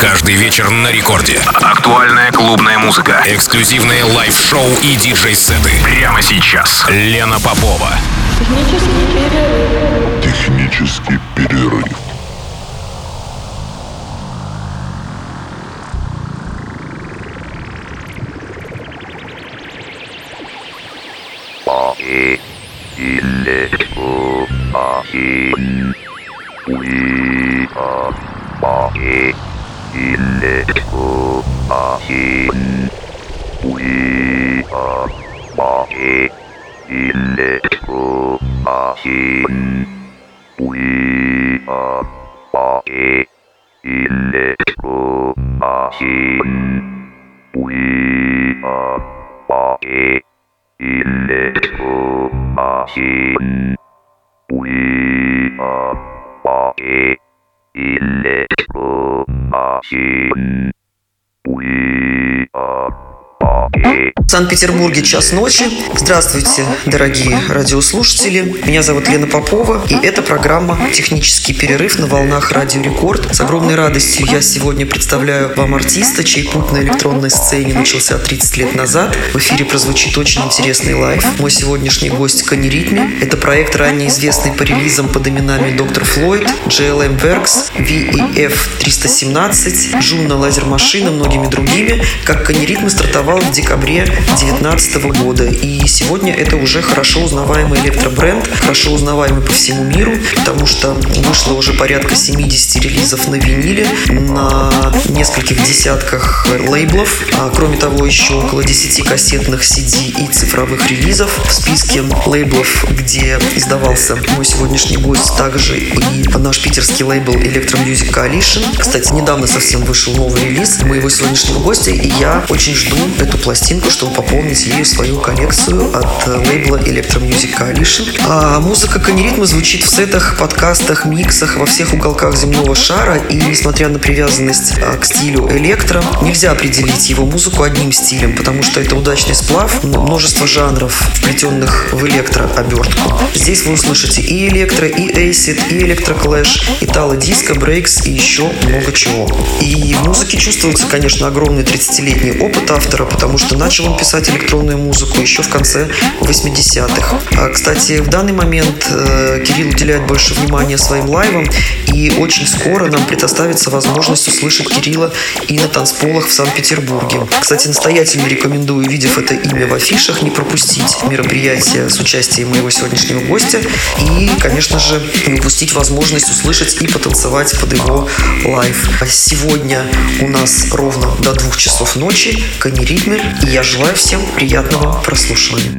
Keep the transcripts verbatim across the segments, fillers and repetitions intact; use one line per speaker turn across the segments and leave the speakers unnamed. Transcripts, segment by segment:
Каждый вечер на рекорде. Актуальная клубная музыка, эксклюзивные лайв-шоу и диджей-сеты. Прямо сейчас. Лена Попова.
Технический перерыв.
Технический перерыв.
Ахи, Илечку, Ахи, We are Ахи, Илечку, Ахи, We are Ахи, Илечку, Ахи, We are Ахи, Илечку, Ахи, We are Ахи. Илечку, Ахи, We are Ахи, Илечку, Ахи, We are Ахи.
В Санкт-Петербурге час ночи. Здравствуйте, дорогие радиослушатели. Меня зовут Лена Попова, и это программа «Технический перерыв» на волнах Радио Рекорд. С огромной радостью я сегодня представляю вам артиста, чей путь на электронной сцене начался тридцать лет назад. В эфире прозвучит очень интересный лайв. Мой сегодняшний гость — Каниритми. Это проект, ранее известный по релизам под именами доктор Флойд, джей эл эм Works, ви и эф триста семнадцать, Juno Laser Machine и многими другими. Как Каниритми стартовал в декабре две тысячи девятнадцатого года. И сегодня это уже хорошо узнаваемый электробренд, хорошо узнаваемый по всему миру, потому что вышло уже порядка семьдесят релизов на виниле, на нескольких десятках лейблов. А кроме того, еще около десять кассетных си ди и цифровых релизов. В списке лейблов, где издавался мой сегодняшний гость, также и наш питерский лейбл Electro Music Coalition. Кстати, недавно совсем вышел новый релиз моего сегодняшнего гостя, и я очень жду эту пластинку, чтобы пополнить ею свою коллекцию от лейбла Electro Music Coalition. А музыка Каниритми звучит в сетах, подкастах, миксах во всех уголках земного шара, и несмотря на привязанность к стилю электро, нельзя определить его музыку одним стилем, потому что это удачный сплав множества жанров, вплетенных в электрообертку. Здесь вы услышите и электро, и эйсид, и электроклэш, итало-диско, брейкс и еще много чего. И в музыке чувствуется, конечно, огромный тридцатилетний опыт автора, потому что начал он писать электронную музыку еще в конце восьмидесятых. А, кстати, в данный момент э, Кирилл уделяет больше внимания своим лайвам, и очень скоро нам предоставится возможность услышать Кирилла и на танцполах в Санкт-Петербурге. Кстати, настоятельно рекомендую, увидев это имя в афишах, не пропустить мероприятие с участием моего сегодняшнего гостя и, конечно же, не упустить возможность услышать и потанцевать под его лайв. А сегодня у нас ровно до двух часов ночи Каниритми, и я желаю всем приятного прослушивания.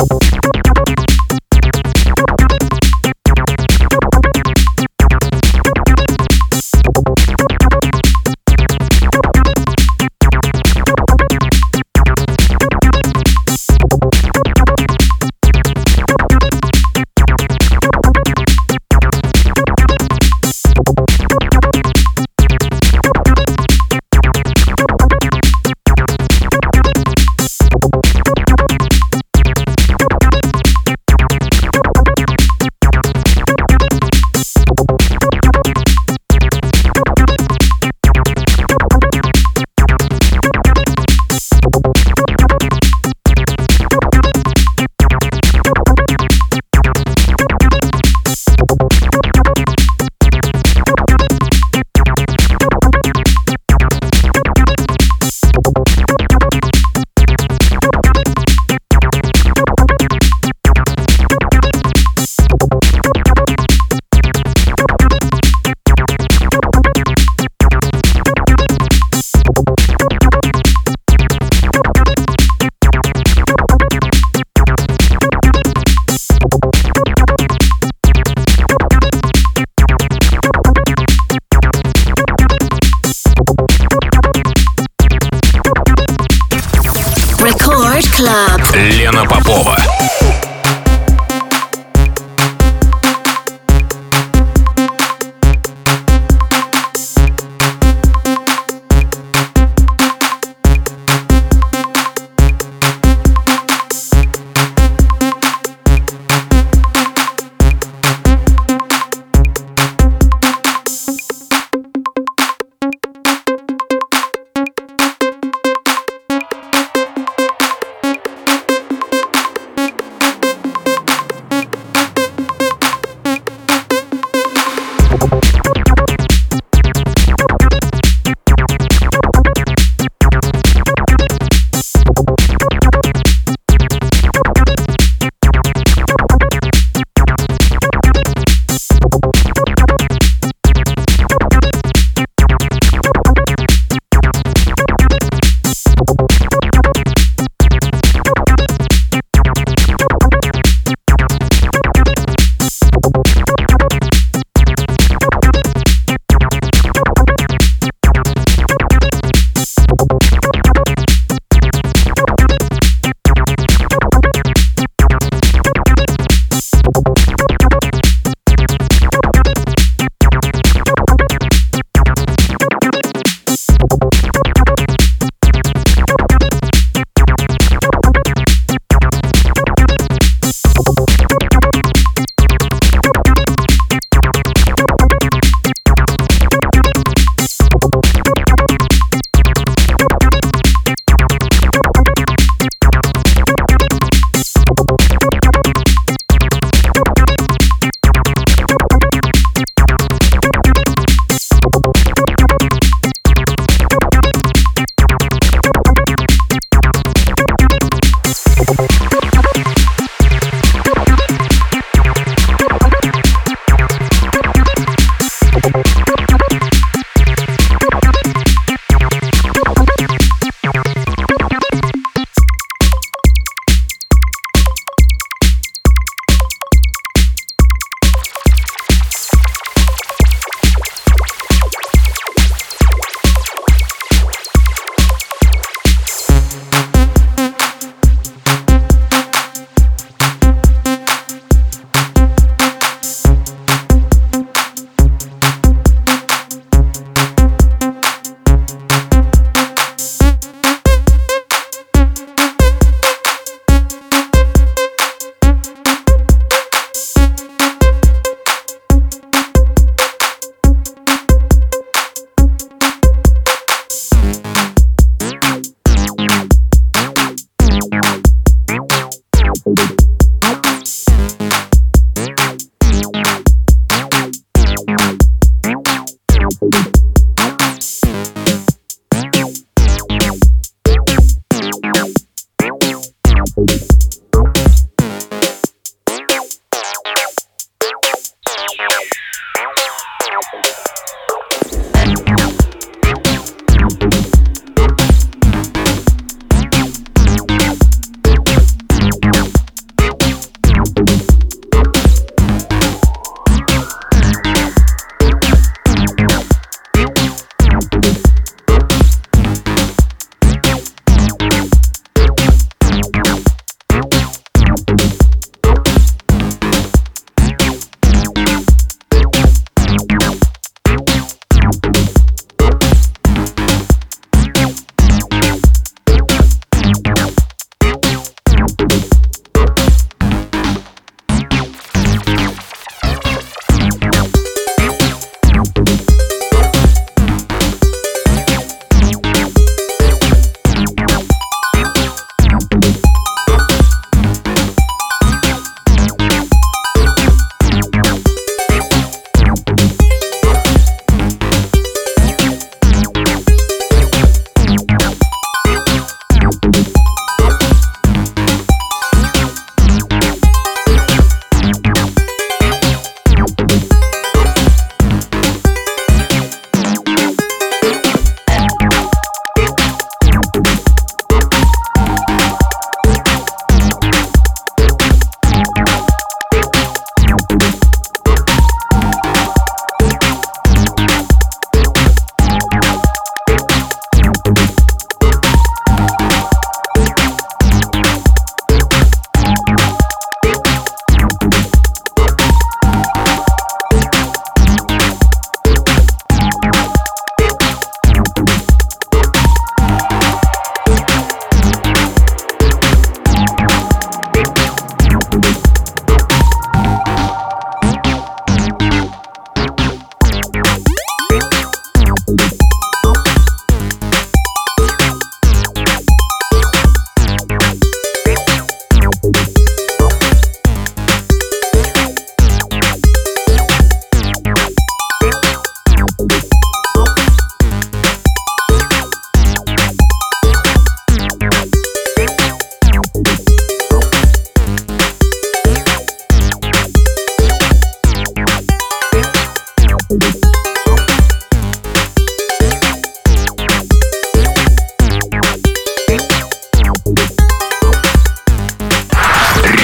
Лена Попова.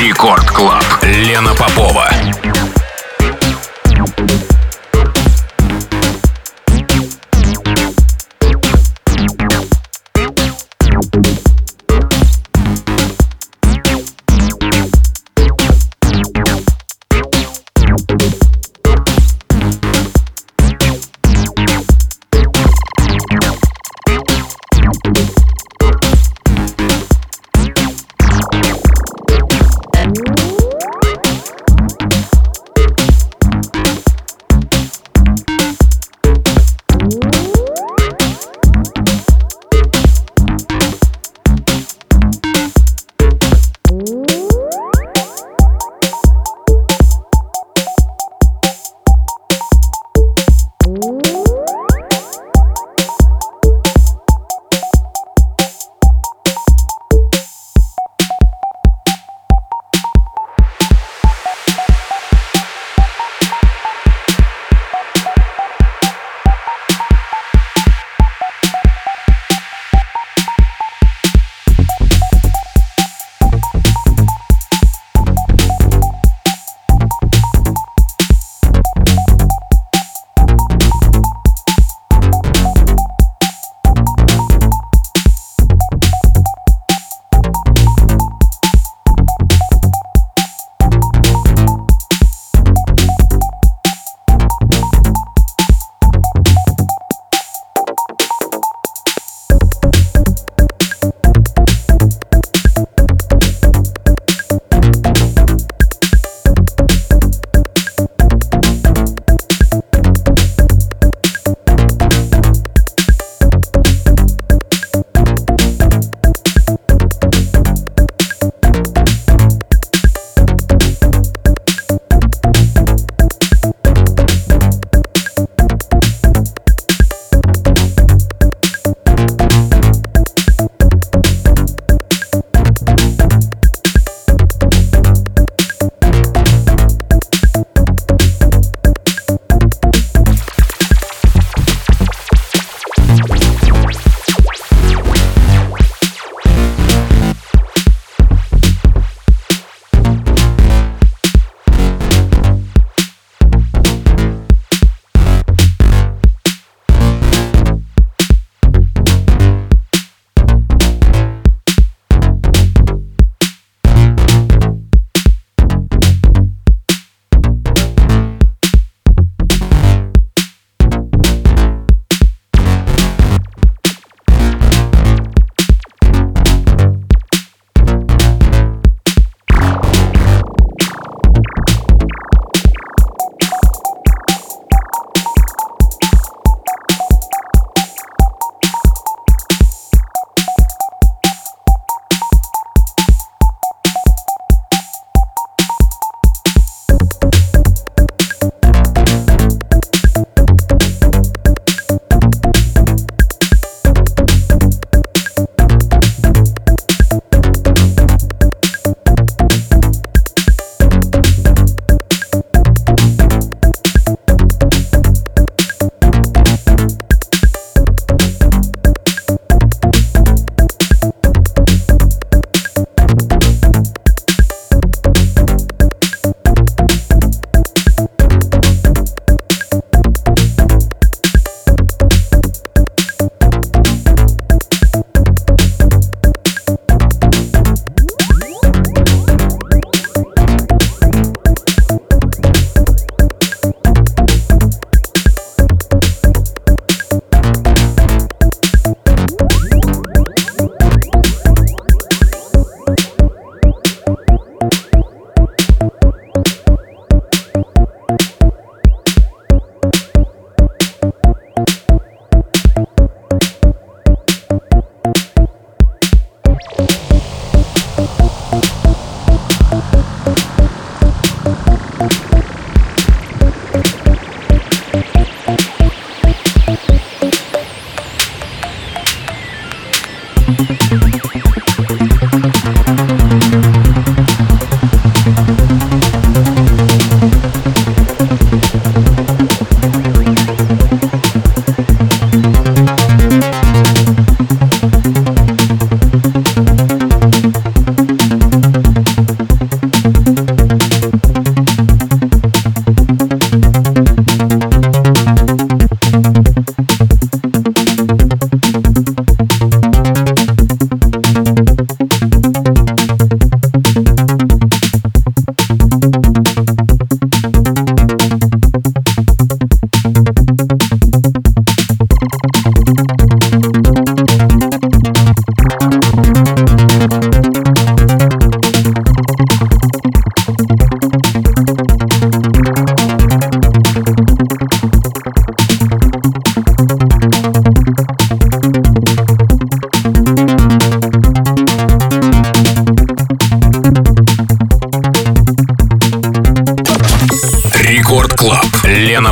Рекорд Клаб. Лена Попова.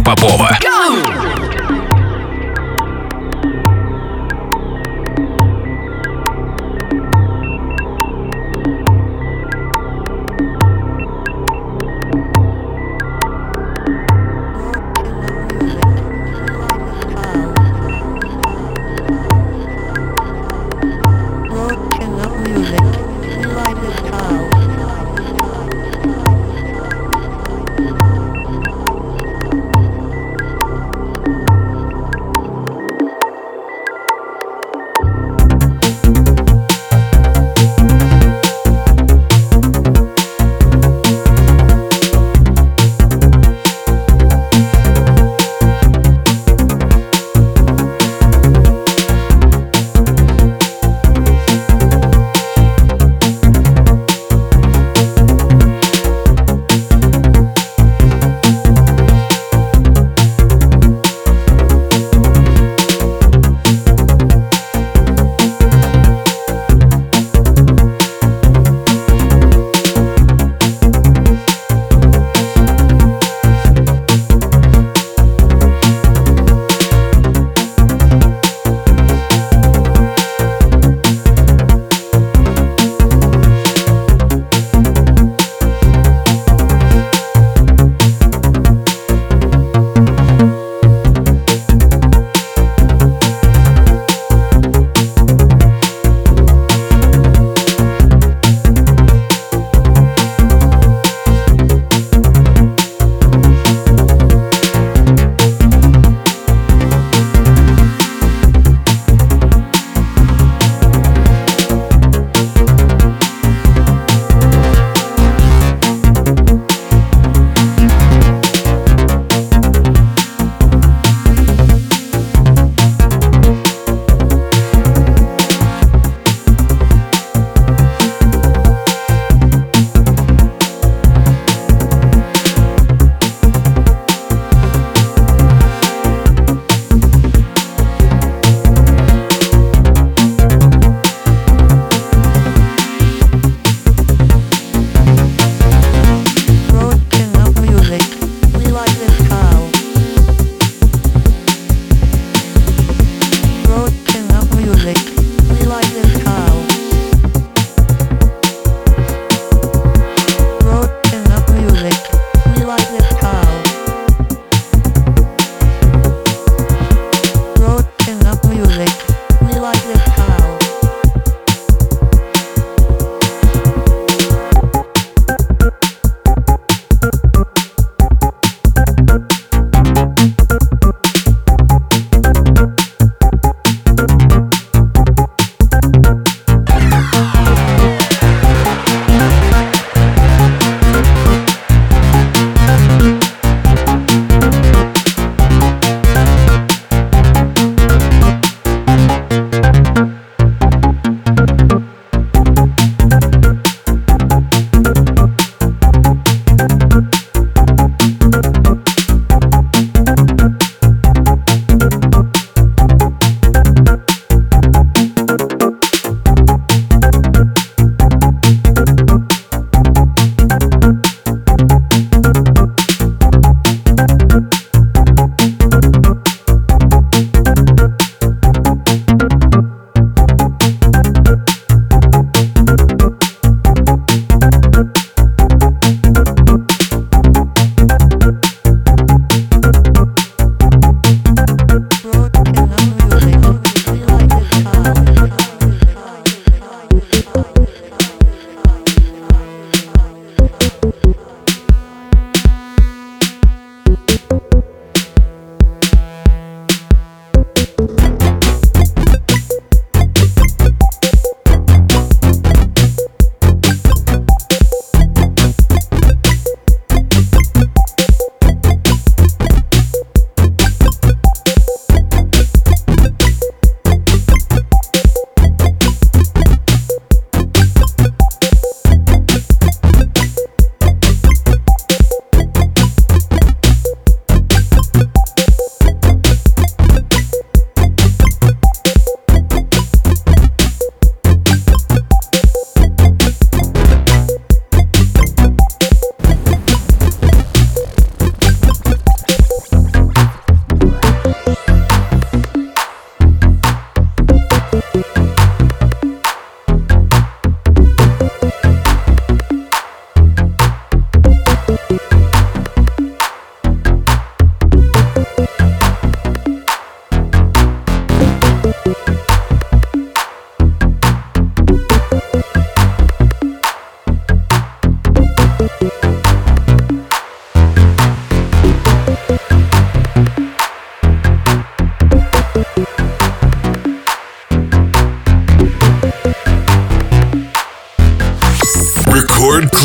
Попова.
Music.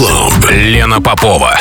Club. Лена Попова.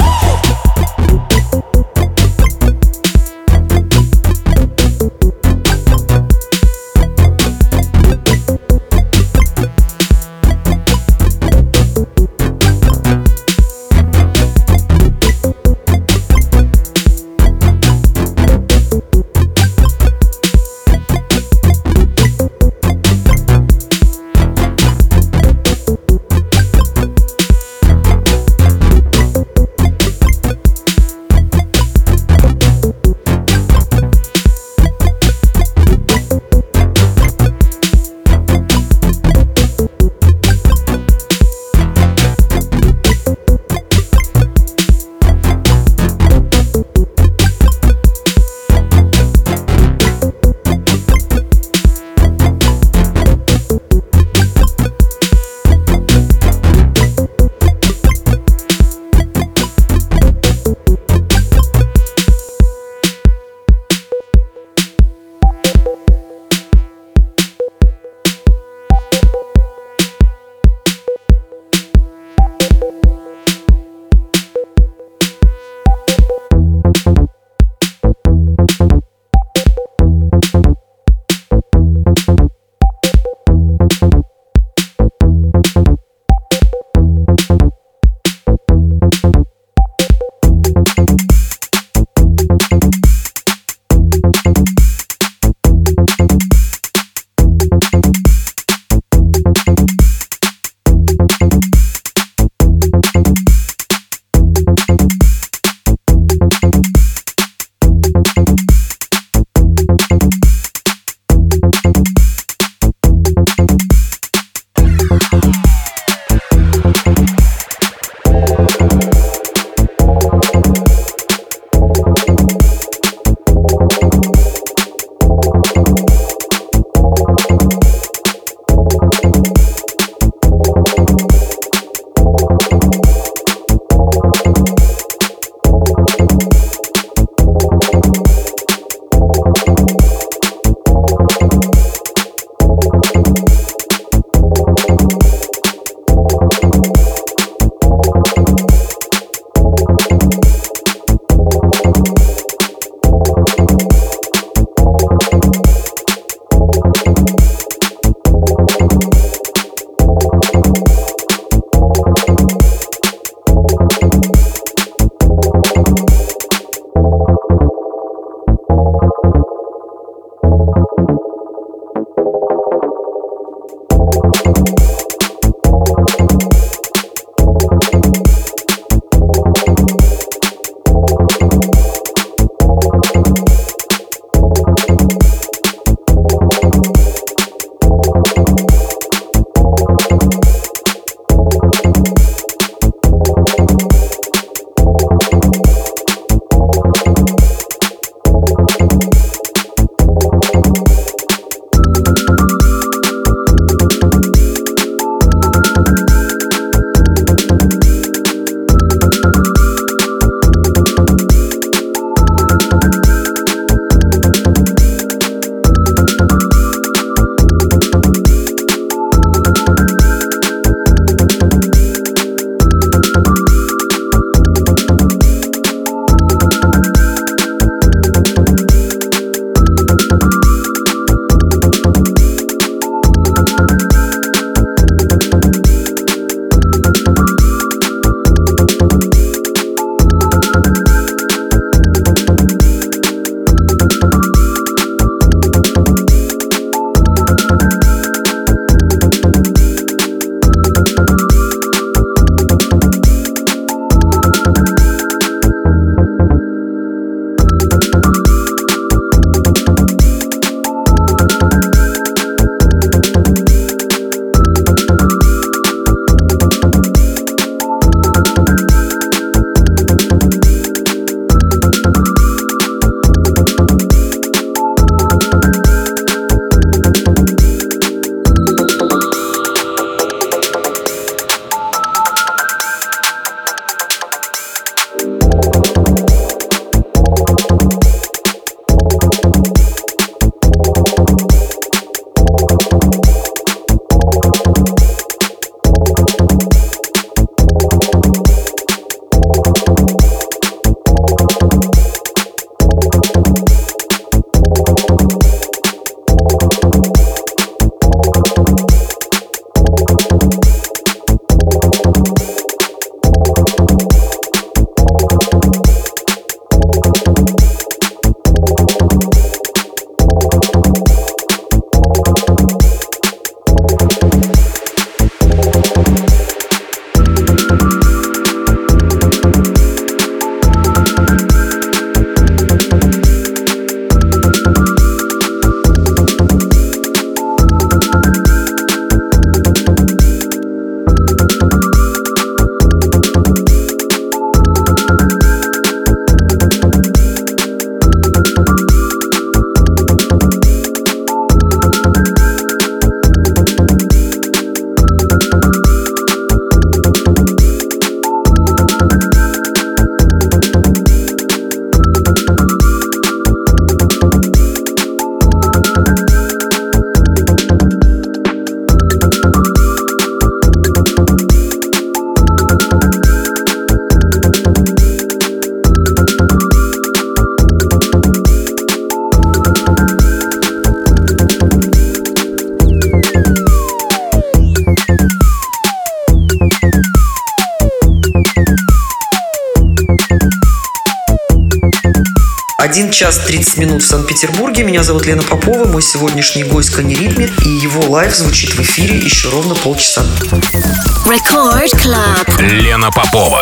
один час тридцать минут в Санкт-Петербурге. Меня зовут Лена Попова, мой сегодняшний гость Кони Ритме, и его лайв звучит в эфире еще ровно полчаса.
Record Club. Лена Попова.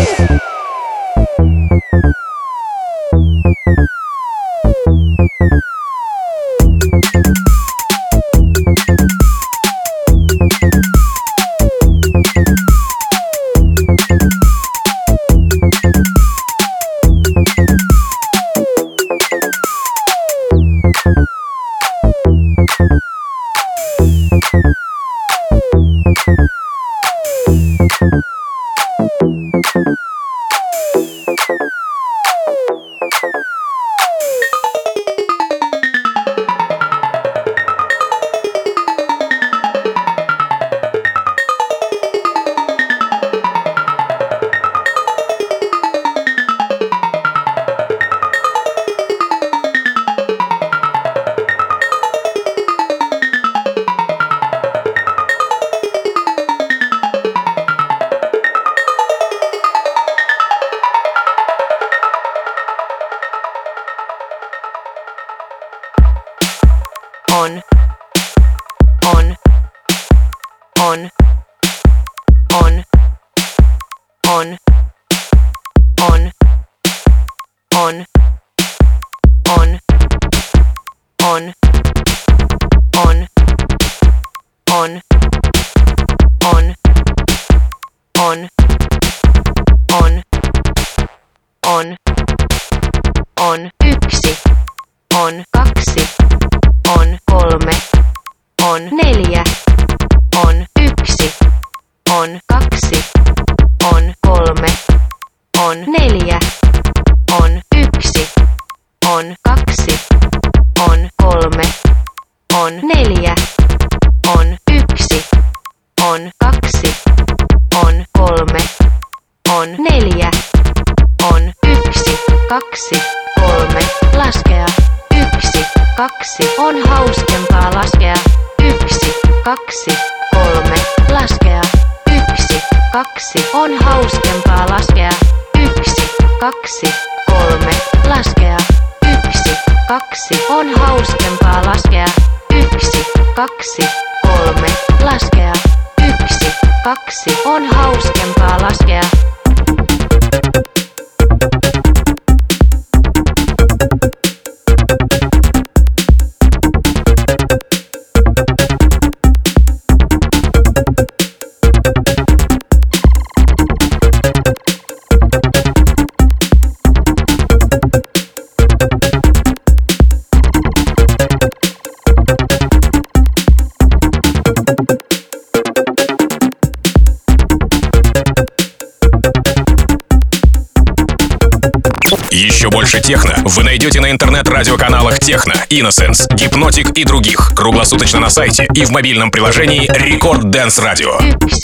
Еще больше техно вы найдете на интернет-радиоканалах Техно, Innocence, Hypnotic и других. Круглосуточно на сайте и в мобильном приложении Record Dance Radio.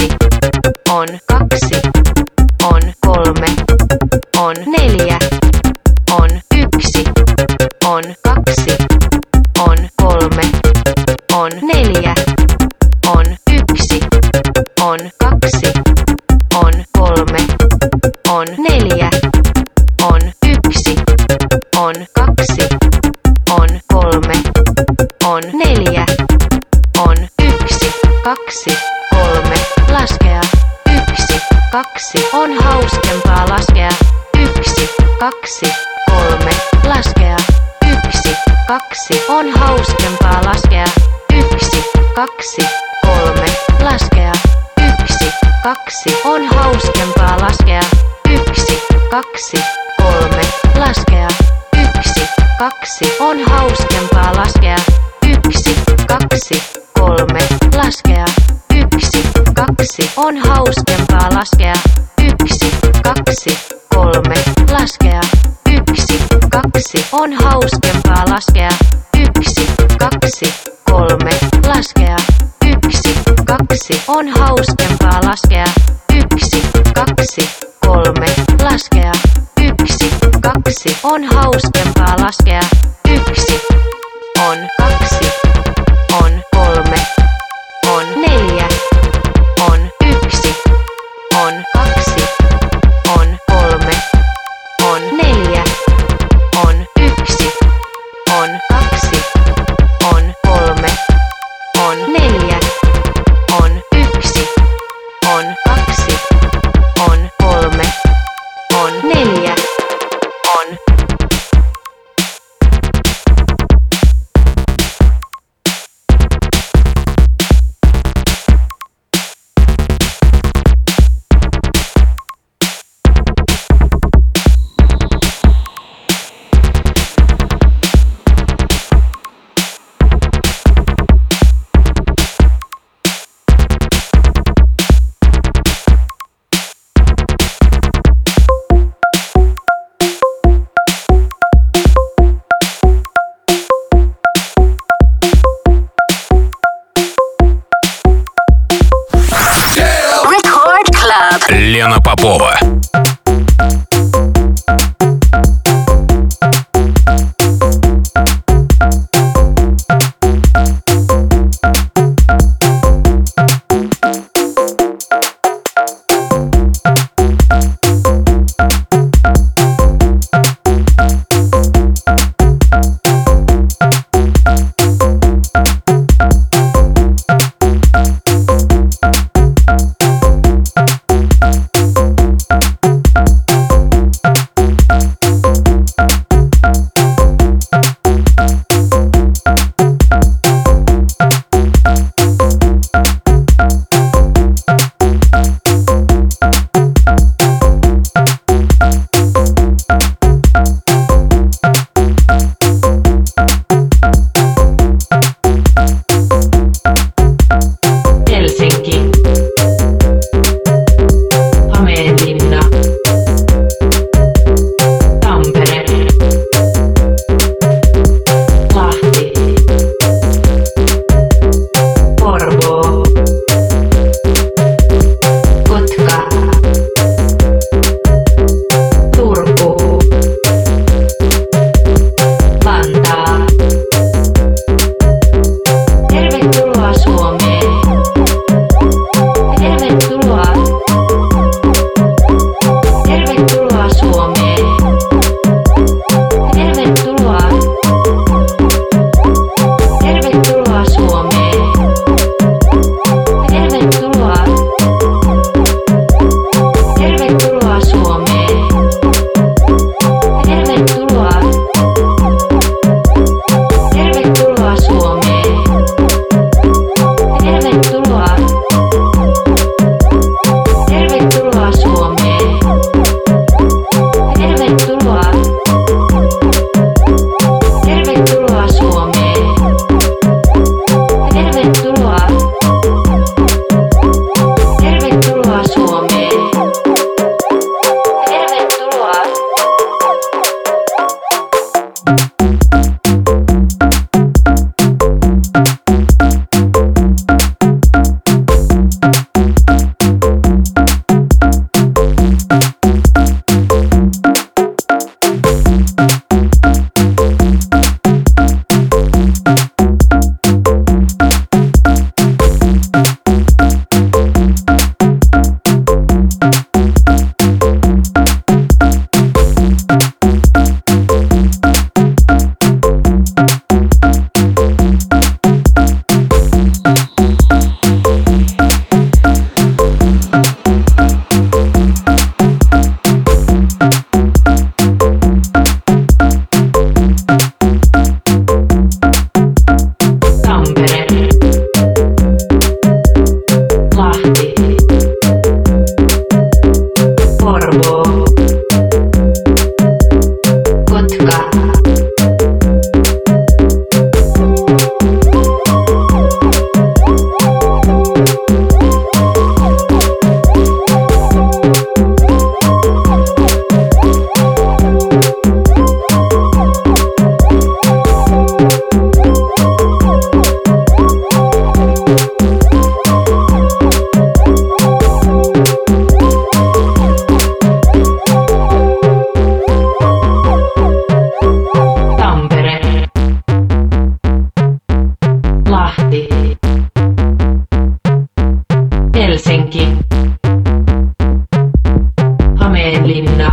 On kaksi, on kolme, on neljä, on yksi, on kaksi, on kolme, on neljä, on yksi, on kaksi, on kolme, on neljä, on yksi, on kaksi, on kolme, on neljä, on yksi, kaksi, kolme, laskea. Yksi, kaksi, on hauskempaa laskea. Yksi, kaksi, kolme, laskea. Yksi, kaksi, on hauskempaa laskea. Yksi, kaksi, kolme, laskea. Yksi, kaksi, on hauskempaa laskea. Yksi, kaksi, kolme, laskea. Yksi, kaksi, on hauskempaa laskea. Yksi, kaksi, kolme, laskea. Yksi, kaksi, on hauskempaa laskea. Yksi, kaksi, kolme, laskea. Yksi, kaksi, on hauskempaa laskea. Yksi, kaksi, kolme, laskea. Yksi, kaksi, on hauskempaa laskea. Yksi, kaksi, kolme, laskea. Yksi, kaksi, on hauskempaa laskea. Yksi, on kaksi, on kolme, on neljä, on yksi, on kaksi, on kolme, on neljä, on yksi.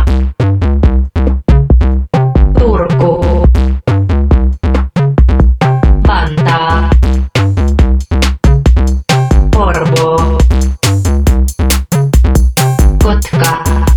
Turku, Vantaa, Porvoo, Kotka.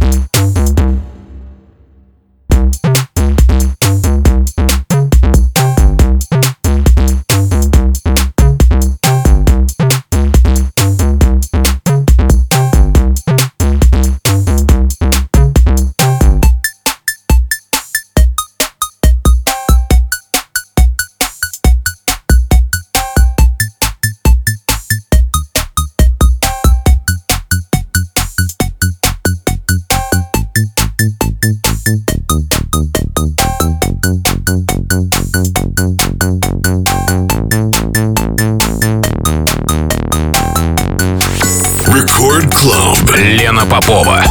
Record Club. Лена Попова.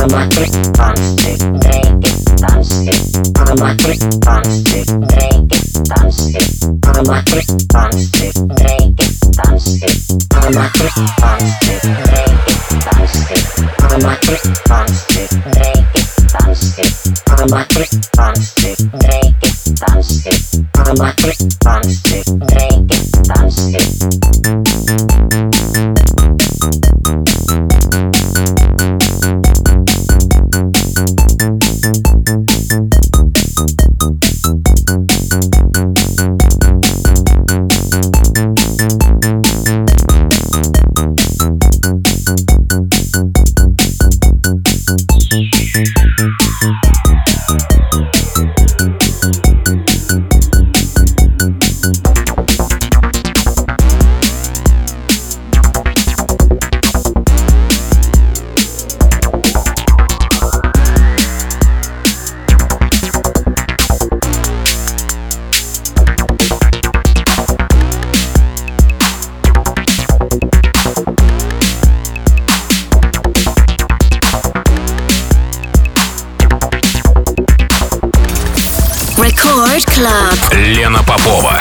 Record Club.
Лена Попова.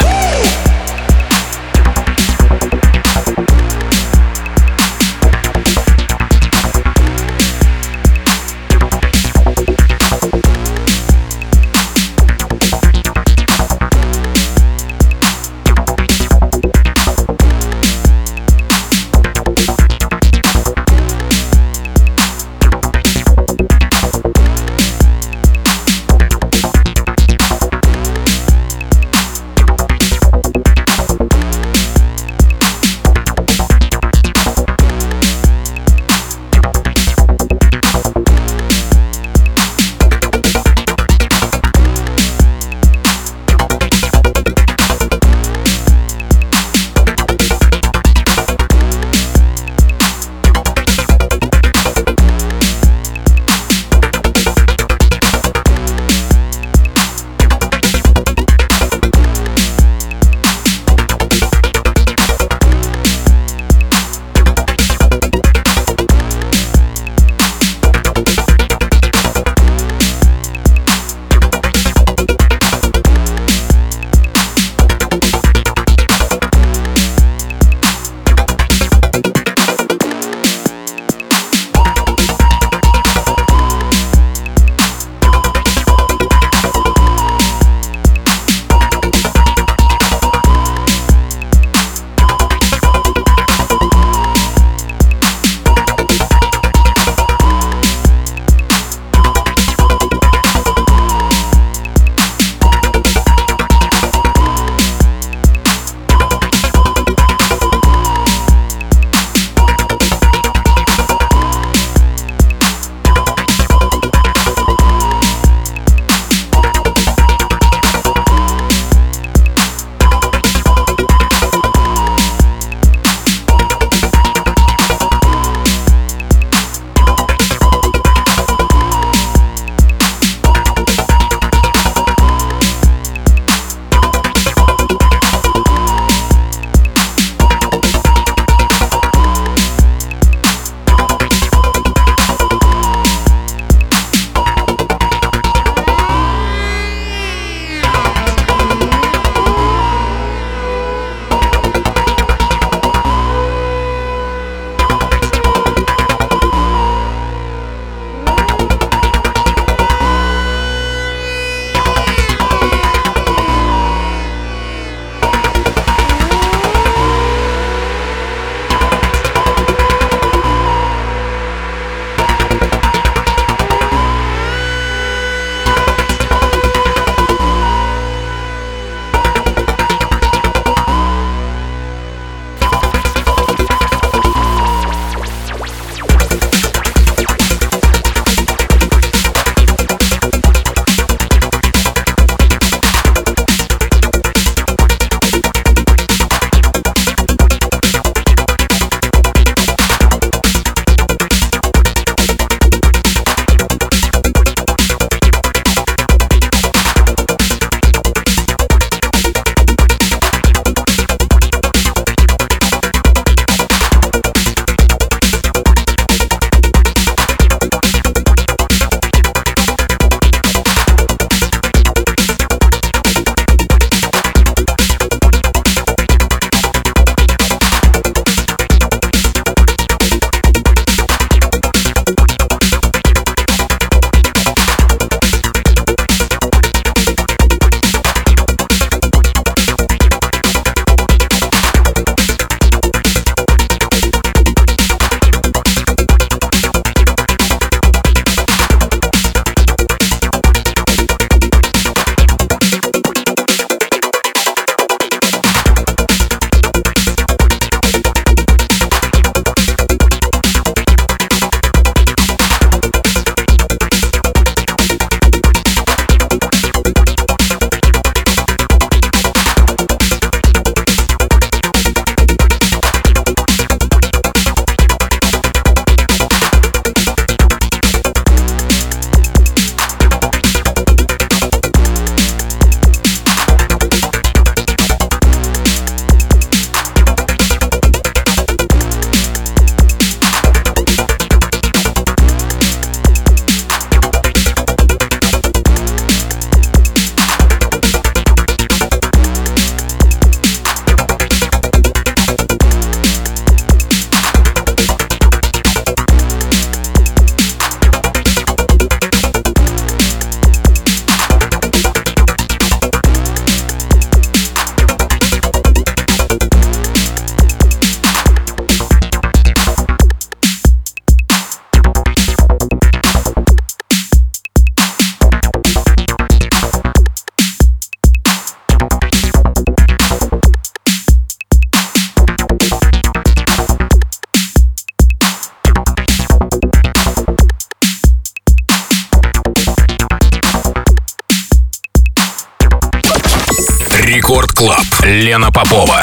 Рекорд Клаб. Лена Попова.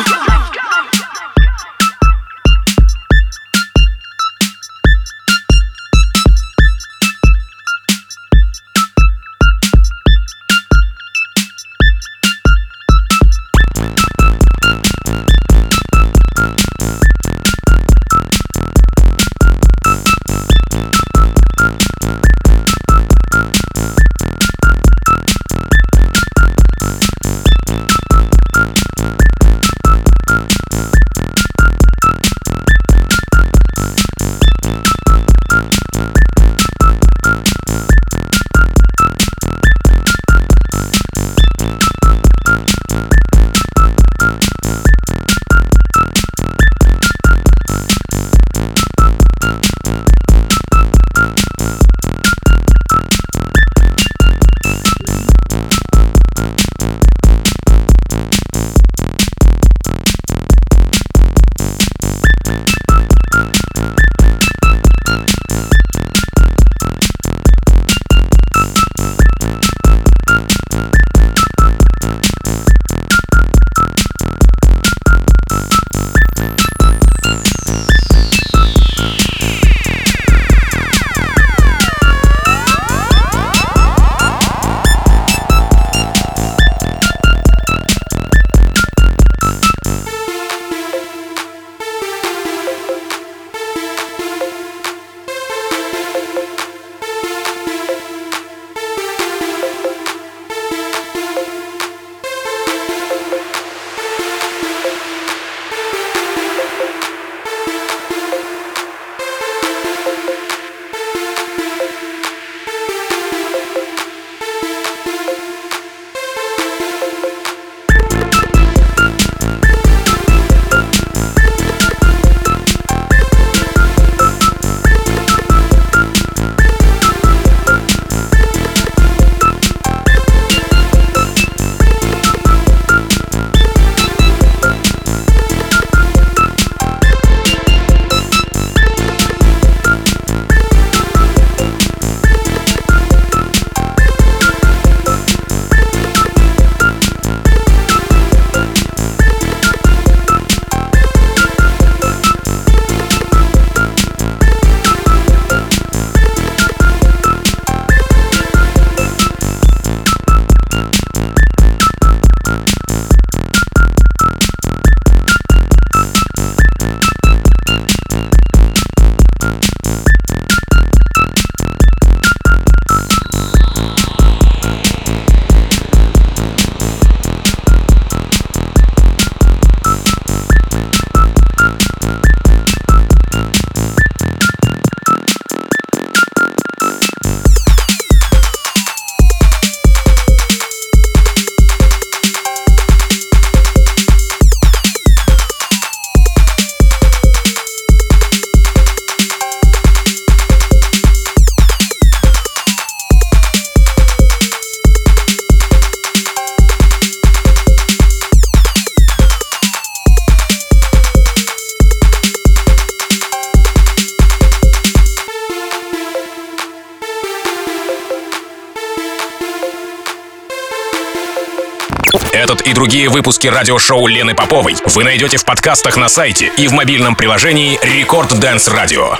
Этот и другие выпуски радиошоу Лены Поповой вы найдете в подкастах на сайте и в мобильном приложении Рекорд Дэнс Радио.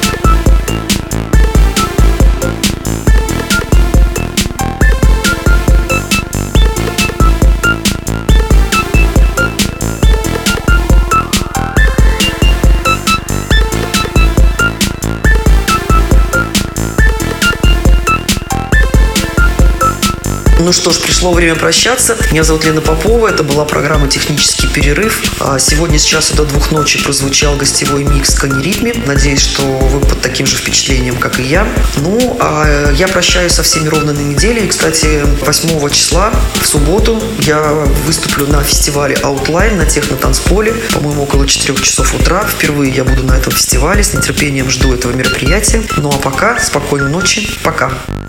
Ну что ж, пришло время прощаться. Меня зовут Лена Попова. Это была программа «Технический перерыв». Сегодня с часу до двух ночи прозвучал гостевой микс «Каниритми». Надеюсь, что вы под таким же впечатлением, как и я. Ну, а я прощаюсь со всеми ровно на неделе. И, кстати, восьмого числа, в субботу, я выступлю на фестивале Outline на техно-танцполе. По-моему, около четырех часов утра. Впервые я буду на этом фестивале. С нетерпением жду этого мероприятия. Ну а пока, спокойной ночи. Пока.